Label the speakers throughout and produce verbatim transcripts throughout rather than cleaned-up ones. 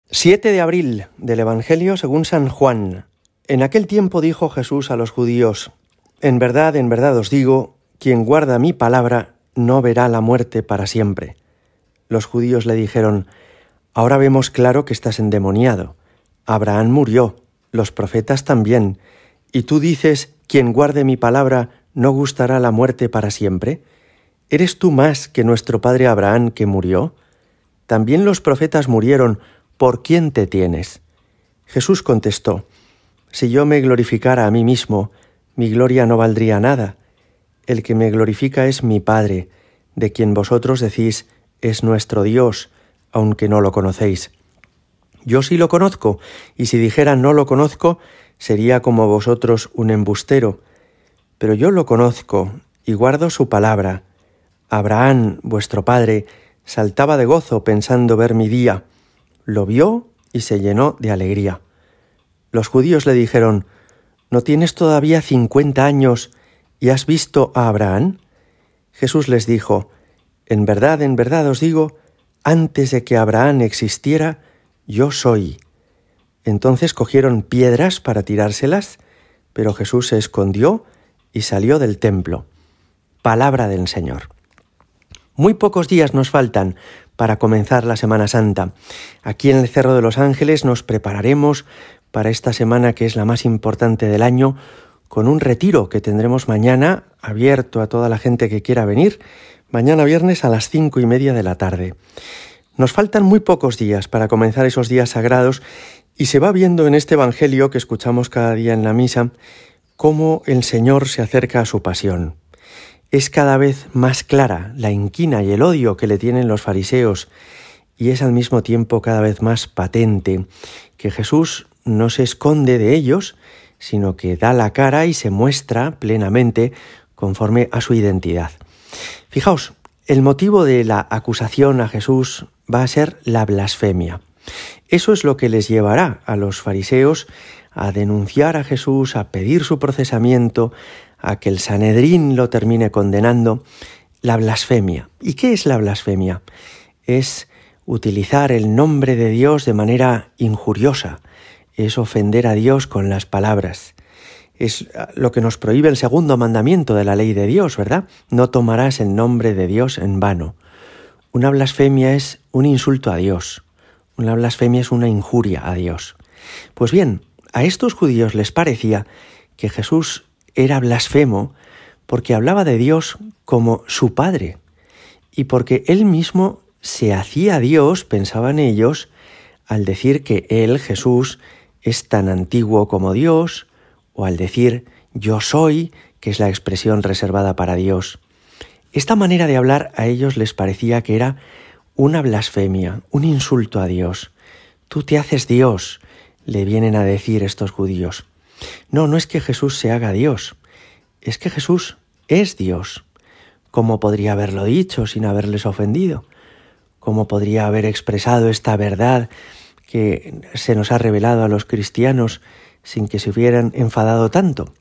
Speaker 1: siete de abril del Evangelio según San Juan. En aquel tiempo dijo Jesús a los judíos: En verdad, en verdad os digo, quien guarda mi palabra no verá la muerte para siempre. Los judíos le dijeron: Ahora vemos claro que estás endemoniado. Abraham murió, los profetas también, y tú dices: quien guarde mi palabra no gustará la muerte para siempre. ¿Eres tú más que nuestro padre Abraham, que murió? También los profetas murieron. ¿Por quién te tienes? Jesús contestó: Si yo me glorificara a mí mismo, mi gloria no valdría nada. El que me glorifica es mi Padre, de quien vosotros decís es nuestro Dios, aunque no lo conocéis. Yo sí lo conozco, y si dijera no lo conozco, sería como vosotros un embustero. Pero yo lo conozco y guardo su palabra. Abraham, vuestro padre, saltaba de gozo pensando ver mi día. Lo vio y se llenó de alegría. Los judíos le dijeron: ¿No tienes todavía cincuenta años y has visto a Abraham? Jesús les dijo: En verdad, en verdad os digo, antes de que Abraham existiera, yo soy. Entonces cogieron piedras para tirárselas, pero Jesús se escondió y salió del templo. Palabra del Señor. Muy pocos días nos faltan para comenzar la Semana Santa. Aquí en el Cerro de los Ángeles nos prepararemos para esta semana, que es la más importante del año, con un retiro que tendremos mañana, abierto a toda la gente que quiera venir, mañana viernes a las cinco y media de la tarde. Nos faltan muy pocos días para comenzar esos días sagrados, y se va viendo en este Evangelio que escuchamos cada día en la misa cómo el Señor se acerca a su pasión. Es cada vez más clara la inquina y el odio que le tienen los fariseos, y es al mismo tiempo cada vez más patente que Jesús no se esconde de ellos, sino que da la cara y se muestra plenamente conforme a su identidad. Fijaos, el motivo de la acusación a Jesús va a ser la blasfemia. Eso es lo que les llevará a los fariseos a denunciar a Jesús, a pedir su procesamiento, a que el Sanedrín lo termine condenando. La blasfemia. ¿Y qué es la blasfemia? Es utilizar el nombre de Dios de manera injuriosa, es ofender a Dios con las palabras. Es lo que nos prohíbe el segundo mandamiento de la ley de Dios, ¿verdad? No tomarás el nombre de Dios en vano. Una blasfemia es un insulto a Dios. Una blasfemia es una injuria a Dios. Pues bien, a estos judíos les parecía que Jesús era blasfemo porque hablaba de Dios como su Padre y porque él mismo se hacía Dios, pensaban ellos, al decir que él, Jesús, es tan antiguo como Dios, o al decir yo soy, que es la expresión reservada para Dios. Esta manera de hablar a ellos les parecía que era una blasfemia, un insulto a Dios. Tú te haces Dios, le vienen a decir estos judíos. No, no es que Jesús se haga Dios, es que Jesús es Dios. ¿Cómo podría haberlo dicho sin haberles ofendido? ¿Cómo podría haber expresado esta verdad que se nos ha revelado a los cristianos sin que se hubieran enfadado tanto?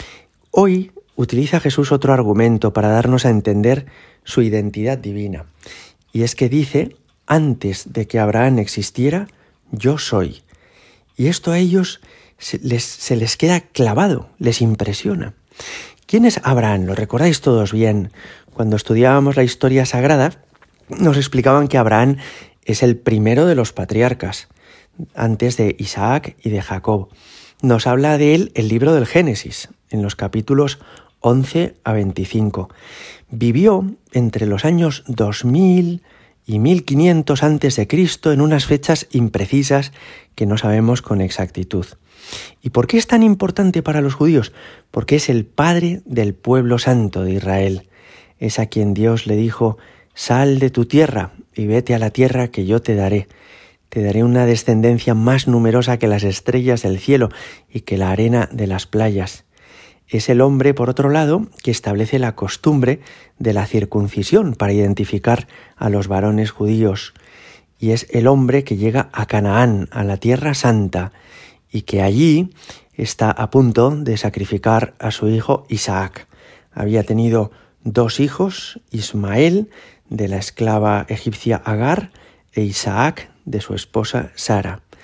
Speaker 1: Hoy utiliza Jesús otro argumento para darnos a entender su identidad divina. Y es que dice: antes de que Abraham existiera, yo soy. Y esto a ellos se les, se les queda clavado, les impresiona. ¿Quién es Abraham? Lo recordáis todos bien. Cuando estudiábamos la historia sagrada, nos explicaban que Abraham es el primero de los patriarcas, antes de Isaac y de Jacob. Nos habla de él el libro del Génesis, en los capítulos once a veinticinco. Vivió entre los años dos mil y mil quinientos antes de Cristo en unas fechas imprecisas que no sabemos con exactitud. ¿Y por qué es tan importante para los judíos? Porque es el padre del pueblo santo de Israel. Es a quien Dios le dijo: sal de tu tierra y vete a la tierra que yo te daré. Te daré una descendencia más numerosa que las estrellas del cielo y que la arena de las playas. Es el hombre, por otro lado, que establece la costumbre de la circuncisión para identificar a los varones judíos. Y es el hombre que llega a Canaán, a la tierra santa, y que allí está a punto de sacrificar a su hijo Isaac. Había tenido dos hijos, Ismael, de la esclava egipcia Agar, e Isaac, de su esposa Sara.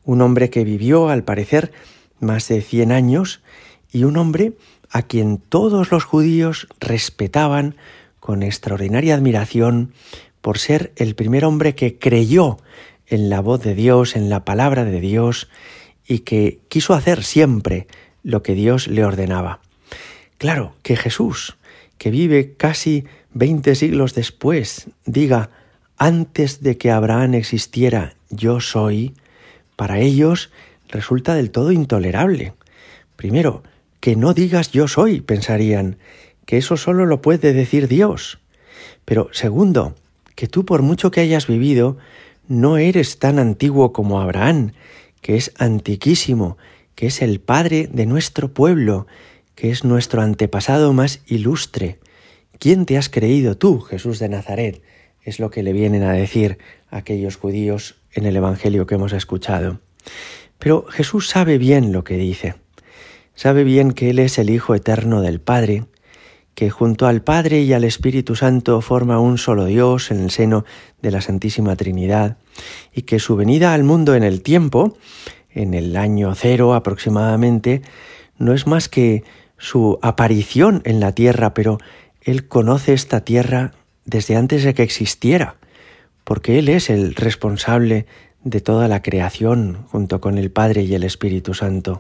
Speaker 1: un hombre que vivió, al parecer, más de cien años, y un hombre a quien todos los judíos respetaban con extraordinaria admiración por ser el primer hombre que creyó en la voz de Dios, en la palabra de Dios, y que quiso hacer siempre lo que Dios le ordenaba. Claro, que Jesús, que vive casi veinte siglos después, diga, antes de que Abraham existiera, yo soy, para ellos resulta del todo intolerable. Primero, que no digas yo soy, pensarían, que eso solo lo puede decir Dios. Pero segundo, que tú por mucho que hayas vivido, no eres tan antiguo como Abraham, que es antiquísimo, que es el padre de nuestro pueblo, que es nuestro antepasado más ilustre. ¿Quién te has creído tú, Jesús de Nazaret? Es lo que le vienen a decir aquellos judíos en el Evangelio que hemos escuchado. Pero Jesús sabe bien lo que dice. Sabe bien que Él es el Hijo eterno del Padre, que junto al Padre y al Espíritu Santo forma un solo Dios en el seno de la Santísima Trinidad, y que su venida al mundo en el tiempo, en el año cero aproximadamente, no es más que su aparición en la tierra, pero Él conoce esta tierra desde antes de que existiera, porque Él es el responsable de toda la creación, junto con el Padre y el Espíritu Santo.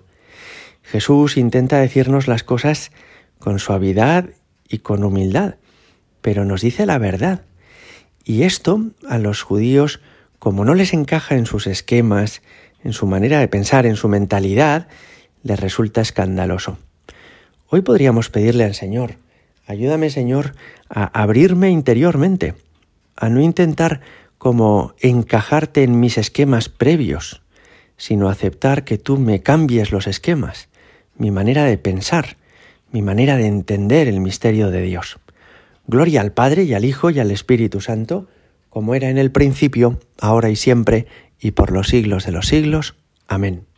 Speaker 1: Jesús intenta decirnos las cosas con suavidad y con humildad, pero nos dice la verdad. Y esto a los judíos, como no les encaja en sus esquemas, en su manera de pensar, en su mentalidad, les resulta escandaloso. Hoy podríamos pedirle al Señor, ayúdame, Señor, a abrirme interiormente, a no intentar como encajarte en mis esquemas previos, sino aceptar que tú me cambies los esquemas, mi manera de pensar, mi manera de entender el misterio de Dios. Gloria al Padre y al Hijo y al Espíritu Santo, como era en el principio, ahora y siempre, y por los siglos de los siglos. Amén.